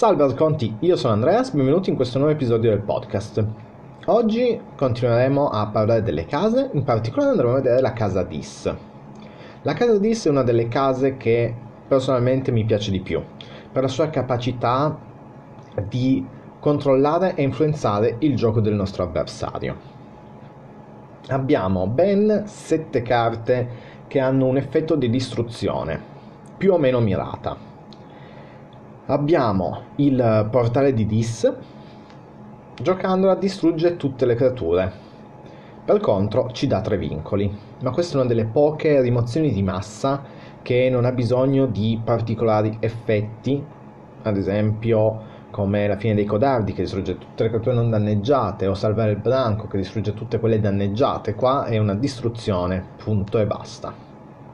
Salve Arconti, io sono Andreas, benvenuti in questo nuovo episodio del podcast. Oggi continueremo a parlare delle case, in particolare andremo a vedere la casa Dis. La casa Dis è una delle case che personalmente mi piace di più, per la sua capacità di controllare e influenzare il gioco del nostro avversario. Abbiamo ben 7 carte che hanno un effetto di distruzione, più o meno mirata. Abbiamo il portale di Dis, giocandola distrugge tutte le creature. Per contro ci dà 3 vincoli, ma questa è una delle poche rimozioni di massa che non ha bisogno di particolari effetti, ad esempio come la fine dei codardi che distrugge tutte le creature non danneggiate, o salvare il branco che distrugge tutte quelle danneggiate. Qua è una distruzione, punto e basta.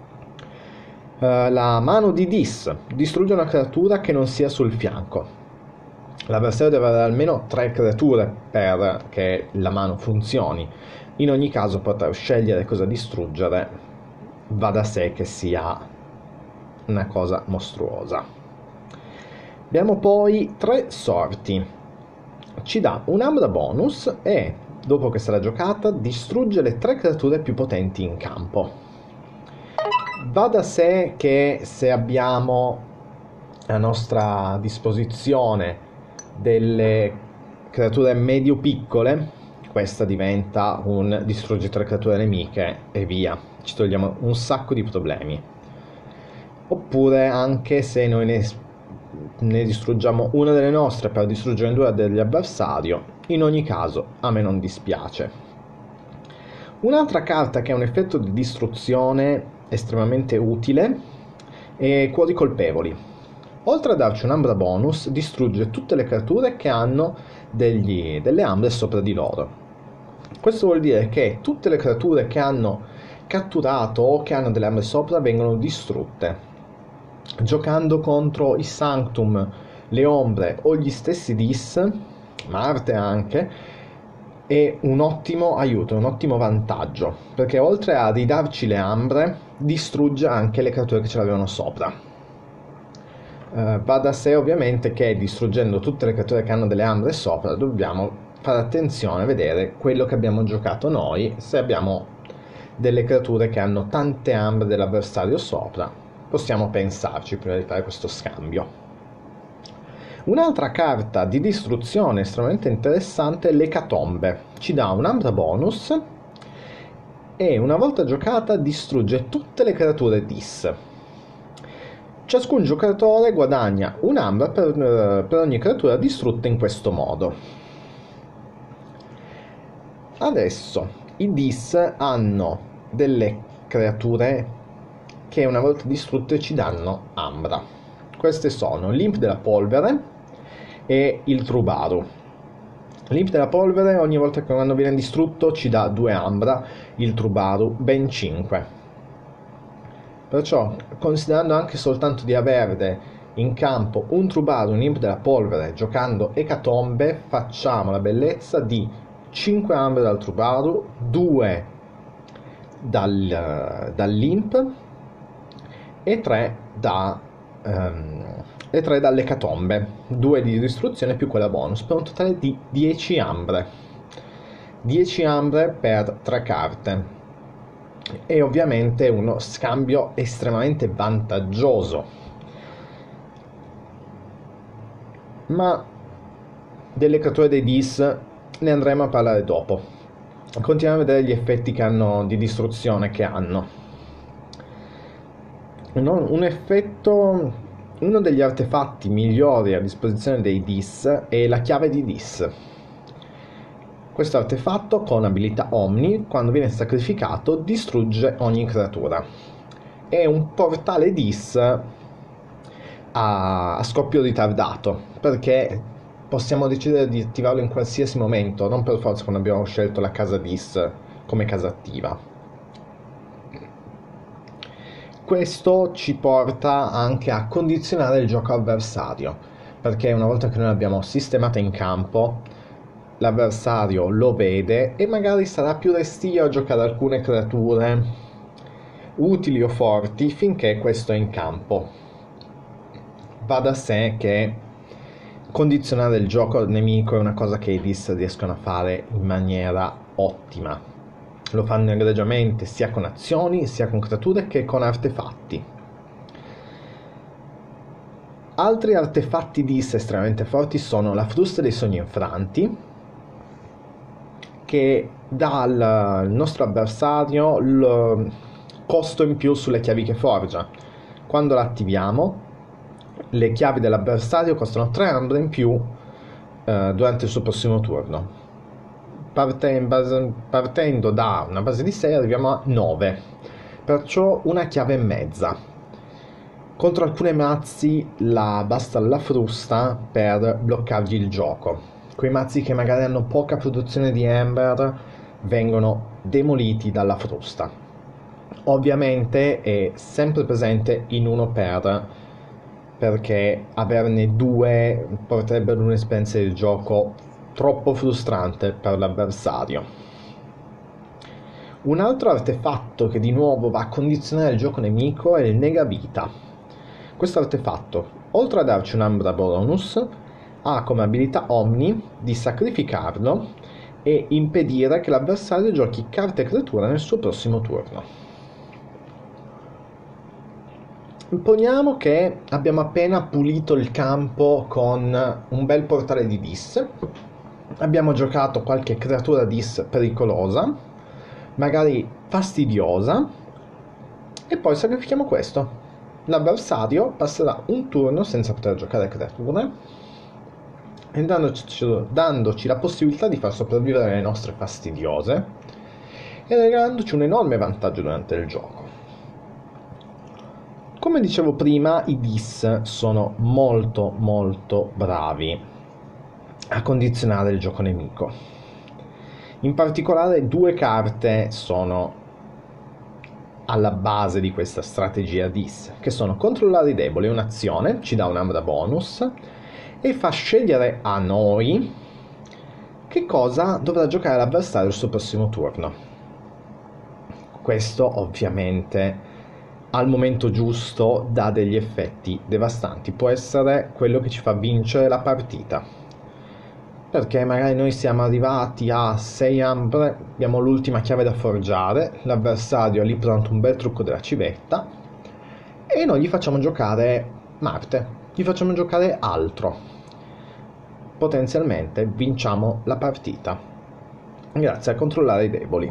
La mano di Dis distrugge una creatura che non sia sul fianco. L'avversario deve avere almeno 3 creature per che la mano funzioni. In ogni caso poter scegliere cosa distruggere va da sé che sia una cosa mostruosa. Abbiamo poi 3 sorti. Ci dà un'ambra bonus e, dopo che sarà giocata, distrugge le 3 creature più potenti in campo. Va da sé che se abbiamo a nostra disposizione delle creature medio-piccole, questa diventa un distruggi 3 creature nemiche e via, ci togliamo un sacco di problemi. Oppure anche se noi ne distruggiamo una delle nostre per distruggere 2 dell'avversario, in ogni caso a me non dispiace. Un'altra carta che ha un effetto di distruzione estremamente utile è Cuori Colpevoli. Oltre a darci un'ambra bonus, distrugge tutte le creature che hanno delle ambre sopra di loro. Questo vuol dire che tutte le creature che hanno catturato o che hanno delle ambre sopra vengono distrutte. Giocando contro i Sanctum, le ombre o gli stessi Dis, Marte anche, è un ottimo aiuto, un ottimo vantaggio, perché oltre a ridarci le ambre, distrugge anche le creature che ce l'avevano sopra. Va da sé ovviamente che distruggendo tutte le creature che hanno delle ambre sopra dobbiamo fare attenzione a vedere quello che abbiamo giocato noi. Se abbiamo delle creature che hanno tante ambre dell'avversario sopra, possiamo pensarci prima di fare questo scambio. Un'altra carta di distruzione estremamente interessante è l'Ecatombe. Ci dà un'ambra bonus e una volta giocata distrugge tutte le creature Dis. Ciascun giocatore guadagna un'ambra per ogni creatura distrutta in questo modo. Adesso i Dis hanno delle creature che una volta distrutte ci danno ambra. Queste sono l'Imp della Polvere e il Trubaru. L'Imp della Polvere ogni volta che quando viene distrutto ci dà 2 ambra, il Trubaru ben 5. Perciò, considerando anche soltanto di avere in campo un Trubaru e un Imp della Polvere, giocando Ecatombe facciamo la bellezza di 5 ambre dal Trubaru, 2 dall'Imp e 3 dall'Ecatombe, 2 di distruzione più quella bonus, per un totale di 10 ambre. 10 ambre per 3 carte. E ovviamente uno scambio estremamente vantaggioso. Ma delle creature dei Dis ne andremo a parlare dopo. Continuiamo a vedere gli effetti che hanno di distruzione che hanno. Un effetto. Uno degli artefatti migliori a disposizione dei Dis è la chiave di Dis. Questo artefatto con abilità Omni, quando viene sacrificato, distrugge ogni creatura. È un portale Dis a scoppio ritardato, perché possiamo decidere di attivarlo in qualsiasi momento, non per forza quando abbiamo scelto la casa Dis come casa attiva. Questo ci porta anche a condizionare il gioco avversario, perché una volta che noi l'abbiamo sistemata in campo, l'avversario lo vede e magari sarà più restio a giocare alcune creature utili o forti finché questo è in campo. Va da sé che condizionare il gioco nemico è una cosa che i Dis riescono a fare in maniera ottima. Lo fanno egregiamente sia con azioni, sia con creature che con artefatti. Altri artefatti Dis estremamente forti sono la frusta dei sogni infranti, che dà al nostro avversario il costo in più sulle chiavi che forgia. Quando l'attiviamo, le chiavi dell'avversario costano 3 ambre in più durante il suo prossimo turno. Partendo da una base di 6 arriviamo a 9, perciò una chiave e mezza. Contro alcuni mazzi basta la frusta per bloccargli il gioco. Quei mazzi che magari hanno poca produzione di Ember vengono demoliti dalla frusta. Ovviamente è sempre presente in 1 perché averne 2 porterebbe ad un'esperienza di gioco troppo frustrante per l'avversario. Un altro artefatto che di nuovo va a condizionare il gioco nemico è il negavita. Questo artefatto, oltre a darci un'ambra bonus, ha come abilità Omni di sacrificarlo e impedire che l'avversario giochi carte e creature nel suo prossimo turno. Imponiamo che abbiamo appena pulito il campo con un bel portale di Dis, abbiamo giocato qualche creatura Dis pericolosa, magari fastidiosa, e poi sacrifichiamo questo. L'avversario passerà un turno senza poter giocare creature e dandoci la possibilità di far sopravvivere le nostre fastidiose e regalandoci un enorme vantaggio durante il gioco. Come dicevo prima, i Dis sono molto molto bravi a condizionare il gioco nemico. In particolare 2 carte sono alla base di questa strategia Dis, che sono controllare i deboli, un'azione, ci dà un'ambra bonus e fa scegliere a noi che cosa dovrà giocare l'avversario il suo prossimo turno. Questo ovviamente al momento giusto dà degli effetti devastanti, può essere quello che ci fa vincere la partita, perché magari noi siamo arrivati a 6 ambre, abbiamo l'ultima chiave da forgiare, l'avversario ha lì pronto un bel trucco della civetta e noi gli facciamo giocare Marte, gli facciamo giocare altro. Potenzialmente vinciamo la partita grazie a controllare i deboli.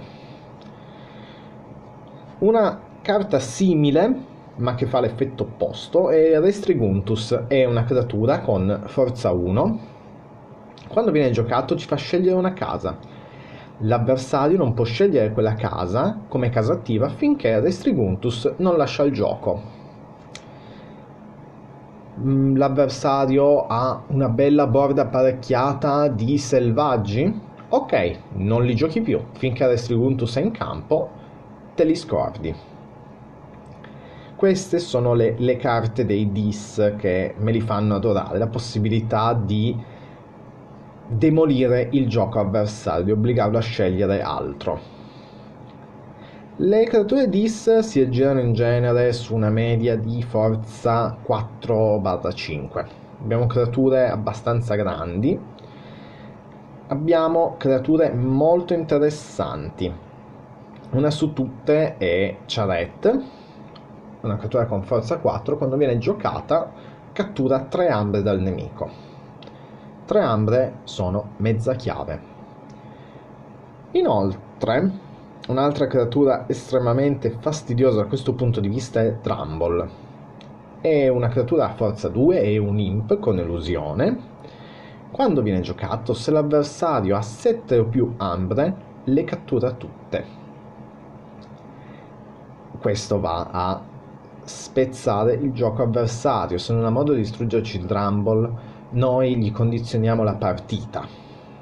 Una carta simile ma che fa l'effetto opposto è Restriguntus, è una creatura con forza 1. Quando viene giocato ci fa scegliere una casa. L'avversario non può scegliere quella casa come casa attiva finché Restriguntus non lascia il gioco. L'avversario ha una bella borda apparecchiata di selvaggi? Ok, non li giochi più. Finché Restriguntus è in campo, te li scordi. Queste sono le carte dei Dis che me li fanno adorare, la possibilità di demolire il gioco avversario, di obbligarlo a scegliere altro. Le creature Dis si aggirano in genere su una media di forza 4/5. Abbiamo creature abbastanza grandi, abbiamo creature molto interessanti. Una su tutte è Charet, una creatura con forza 4, quando viene giocata cattura 3 ambre dal nemico. 3 ambre sono mezza chiave. Inoltre, un'altra creatura estremamente fastidiosa da questo punto di vista è Trumbull. È una creatura a forza 2 e un imp con elusione. Quando viene giocato, se l'avversario ha 7 o più ambre, le cattura tutte. Questo va a spezzare il gioco avversario. Se non ha modo di distruggerci il Trumbull, noi gli condizioniamo la partita.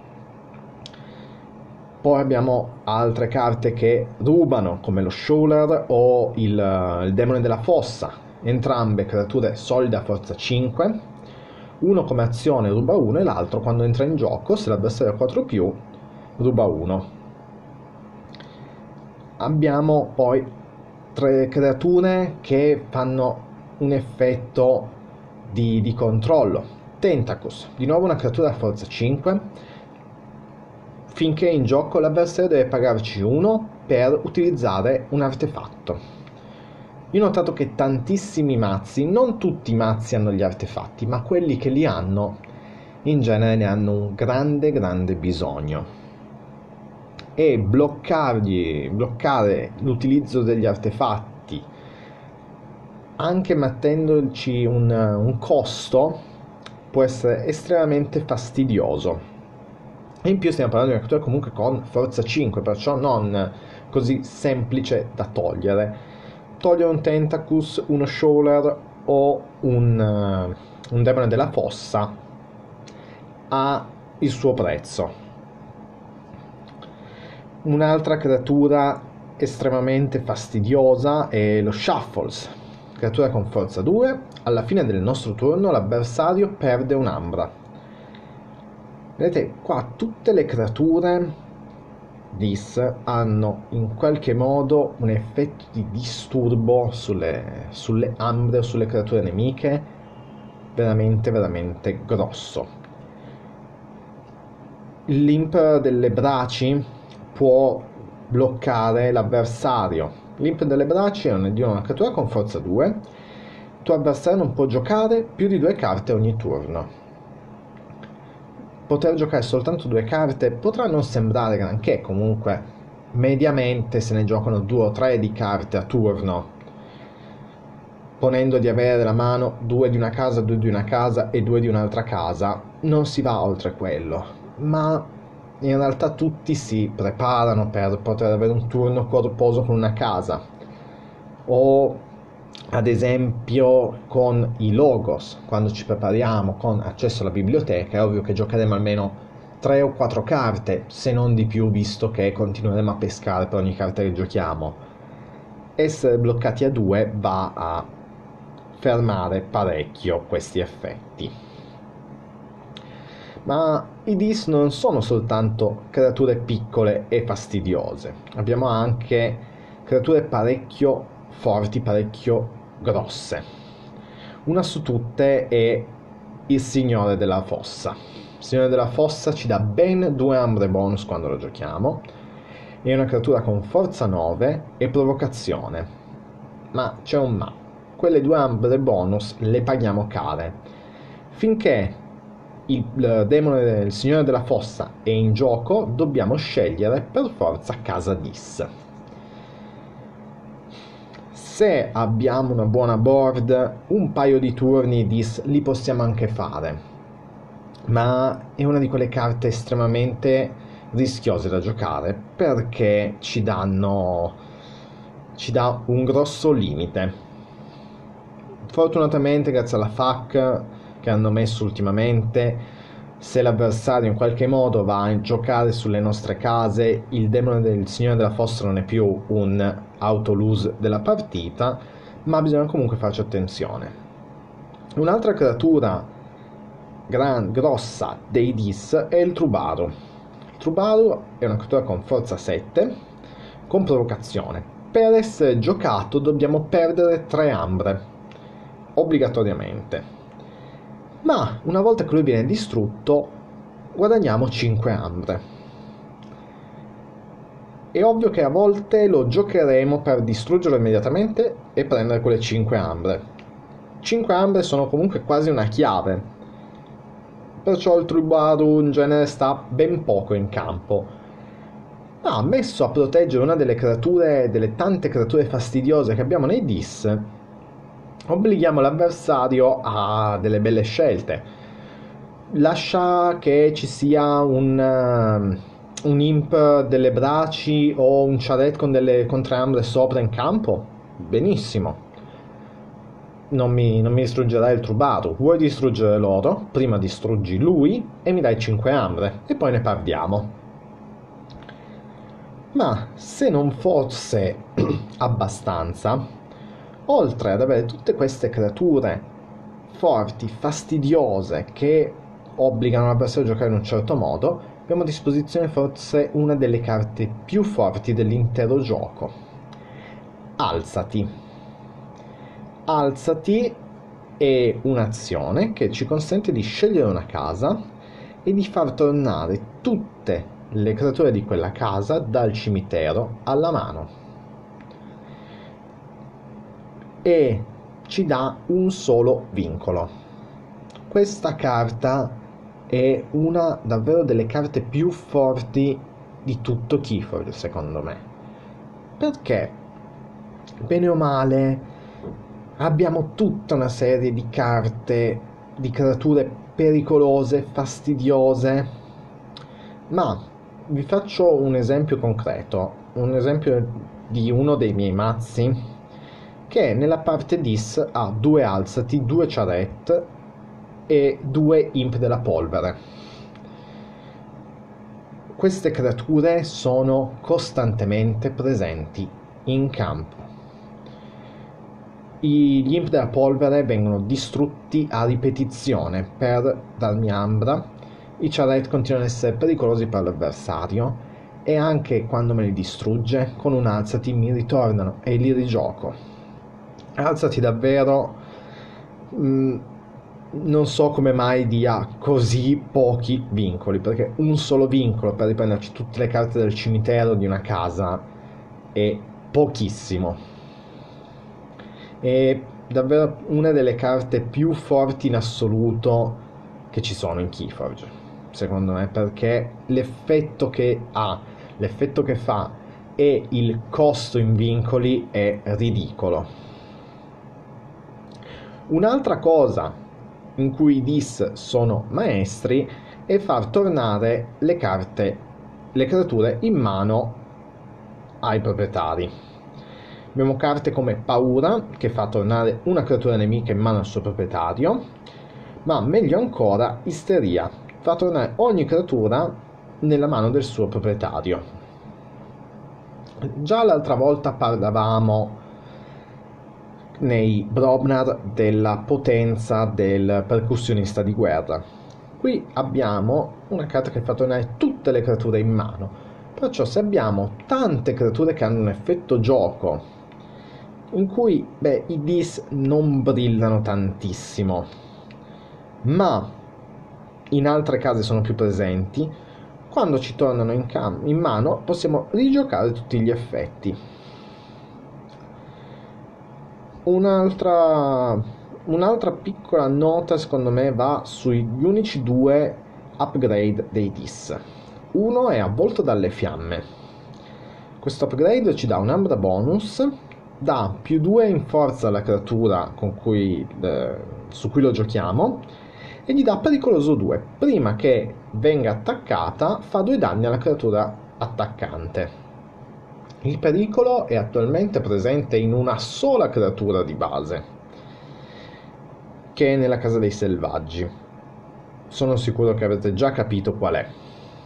Poi abbiamo altre carte che rubano, come lo Shuler o il Demone della Fossa, entrambe creature solide a forza 5. Uno come azione ruba 1 e l'altro quando entra in gioco, se l'avversario ha 4+, ruba 1. Abbiamo poi 3 creature che fanno un effetto di controllo. Tentacus, di nuovo una creatura a forza 5. Finché è in gioco l'avversario deve pagarci 1 per utilizzare un artefatto. Io ho notato che tantissimi mazzi, non tutti i mazzi hanno gli artefatti, ma quelli che li hanno in genere ne hanno un grande bisogno. E bloccare l'utilizzo degli artefatti, anche mettendoci un costo, può essere estremamente fastidioso. E in più stiamo parlando di una creatura comunque con forza 5, perciò non così semplice da togliere. Togliere un Tentacus, uno Shoaler o un demone della fossa ha il suo prezzo. Un'altra creatura estremamente fastidiosa è lo Shuffles, creatura con forza 2. Alla fine del nostro turno l'avversario perde un'ambra. Vedete, qua tutte le creature Dis hanno in qualche modo un effetto di disturbo sulle ambre o sulle creature nemiche veramente grosso. L'Imp delle Braci può bloccare l'avversario. L'Imp delle Braci è una creatura con forza 2. Il tuo avversario non può giocare più di 2 carte ogni turno. Poter giocare soltanto 2 carte potrà non sembrare granché, comunque mediamente se ne giocano 2 o 3 di carte a turno, ponendo di avere la mano 2 di una casa, 2 di una casa e 2 di un'altra casa, non si va oltre quello, ma in realtà tutti si preparano per poter avere un turno corposo con una casa, o ad esempio con i Logos, quando ci prepariamo con accesso alla biblioteca, è ovvio che giocheremo almeno 3 o 4 carte, se non di più, visto che continueremo a pescare per ogni carta che giochiamo. Essere bloccati a 2 va a fermare parecchio questi effetti. Ma i Dis non sono soltanto creature piccole e fastidiose, abbiamo anche creature parecchio forti, parecchio grosse. Una su tutte è il Signore della Fossa. Il Signore della Fossa ci dà ben 2 ambre bonus quando lo giochiamo. È una creatura con forza 9 e provocazione. Ma c'è un ma. Quelle 2 ambre bonus le paghiamo care. Finché il demone del Signore della Fossa è in gioco, dobbiamo scegliere per forza casa Dis. Se abbiamo una buona board, un paio di turni Dis li possiamo anche fare, ma è una di quelle carte estremamente rischiose da giocare perché ci dà un grosso limite. Fortunatamente, grazie alla FAQ che hanno messo ultimamente, se l'avversario in qualche modo va a giocare sulle nostre case, il demone del Signore della Fossa non è più un auto-lose della partita, ma bisogna comunque farci attenzione. Un'altra creatura grossa dei Dis è il Trubaru. Il Trubaru è una creatura con forza 7, con provocazione. Per essere giocato dobbiamo perdere 3 ambre, obbligatoriamente. Ma una volta che lui viene distrutto guadagniamo 5 ambre. È ovvio che a volte lo giocheremo per distruggerlo immediatamente e prendere quelle 5 ambre. 5 ambre sono comunque quasi una chiave, perciò il Trubaru in genere sta ben poco in campo. Ma messo a proteggere una delle tante creature fastidiose che abbiamo nei Dis, obblighiamo l'avversario a delle belle scelte. Lascia che ci sia un Imp delle Braci o un Charette con delle contrambre sopra in campo? Benissimo. Non mi distruggerai il Trubaru. Vuoi distruggere loro? Prima distruggi lui e mi dai 5 ambre e poi ne parliamo. Ma se non fosse abbastanza, oltre ad avere tutte queste creature forti, fastidiose, che obbligano l'avversario a giocare in un certo modo, abbiamo a disposizione forse una delle carte più forti dell'intero gioco. Alzati. Alzati è un'azione che ci consente di scegliere una casa e di far tornare tutte le creature di quella casa dal cimitero alla mano. E ci dà un solo vincolo. Questa carta è una davvero delle carte più forti di tutto Keyforge, secondo me, perché bene o male abbiamo tutta una serie di carte di creature pericolose, fastidiose, ma vi faccio un esempio concreto, un esempio di uno dei miei mazzi che nella parte dis ha 2 alzati, 2 charrette e 2 imp della polvere. Queste creature sono costantemente presenti in campo. Gli imp della polvere vengono distrutti a ripetizione per darmi ambra, i charrette continuano ad essere pericolosi per l'avversario e anche quando me li distrugge con un alzati mi ritornano e li rigioco. Alzati davvero non so come mai dia così pochi vincoli, perché un solo vincolo per riprenderci tutte le carte del cimitero di una casa è pochissimo. È davvero una delle carte più forti in assoluto che ci sono in Keyforge, secondo me, perché l'effetto che ha, l'effetto che fa e il costo in vincoli è ridicolo. Un'altra cosa in cui i dis sono maestri è far tornare le creature in mano ai proprietari. Abbiamo carte come Paura, che fa tornare una creatura nemica in mano al suo proprietario, ma meglio ancora Isteria, fa tornare ogni creatura nella mano del suo proprietario. Già l'altra volta parlavamo nei Brobnar della potenza del percussionista di guerra. Qui abbiamo una carta che fa tornare tutte le creature in mano, perciò se abbiamo tante creature che hanno un effetto gioco in cui i dis non brillano tantissimo, ma in altre case sono più presenti, quando ci tornano in mano possiamo rigiocare tutti gli effetti. Un'altra piccola nota secondo me va sugli unici 2 upgrade dei dis. Uno è Avvolto dalle fiamme. Questo upgrade ci dà un'ambra bonus, dà +2 in forza alla creatura su cui lo giochiamo e gli dà pericoloso 2. Prima che venga attaccata fa 2 danni alla creatura attaccante. Il pericolo è attualmente presente in una sola creatura di base, che è nella casa dei selvaggi. Sono sicuro che avete già capito qual è.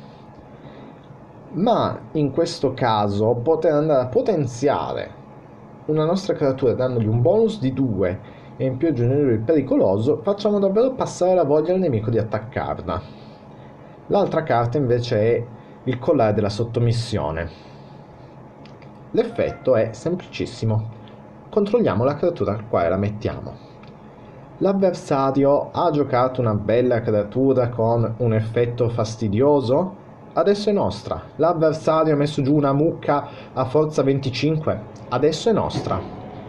Ma in questo caso poter andare a potenziare una nostra creatura dandogli un bonus di 2 e in più aggiungendo il pericoloso, facciamo davvero passare la voglia al nemico di attaccarla. L'altra carta invece è il collare della sottomissione. L'effetto è semplicissimo. Controlliamo la creatura al quale la mettiamo. L'avversario ha giocato una bella creatura con un effetto fastidioso? Adesso è nostra. L'avversario ha messo giù una mucca a forza 25? Adesso è nostra.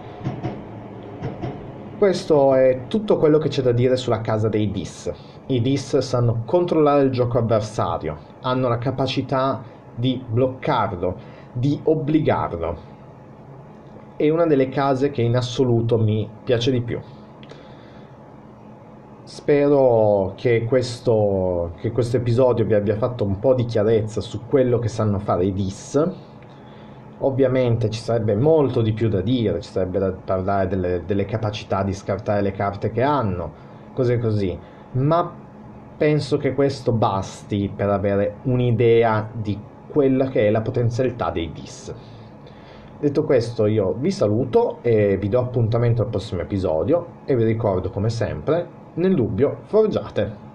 Questo è tutto quello che c'è da dire sulla casa dei dis. I dis sanno controllare il gioco avversario, hanno la capacità di bloccarlo, di obbligarlo. È una delle case che in assoluto mi piace di più. Spero che questo episodio vi abbia fatto un po' di chiarezza su quello che sanno fare i dis. Ovviamente ci sarebbe molto di più da dire, ci sarebbe da parlare delle capacità di scartare le carte che hanno, cose così, ma penso che questo basti per avere un'idea di quella che è la potenzialità dei dis. Detto questo, io vi saluto e vi do appuntamento al prossimo episodio e vi ricordo come sempre, nel dubbio forgiate.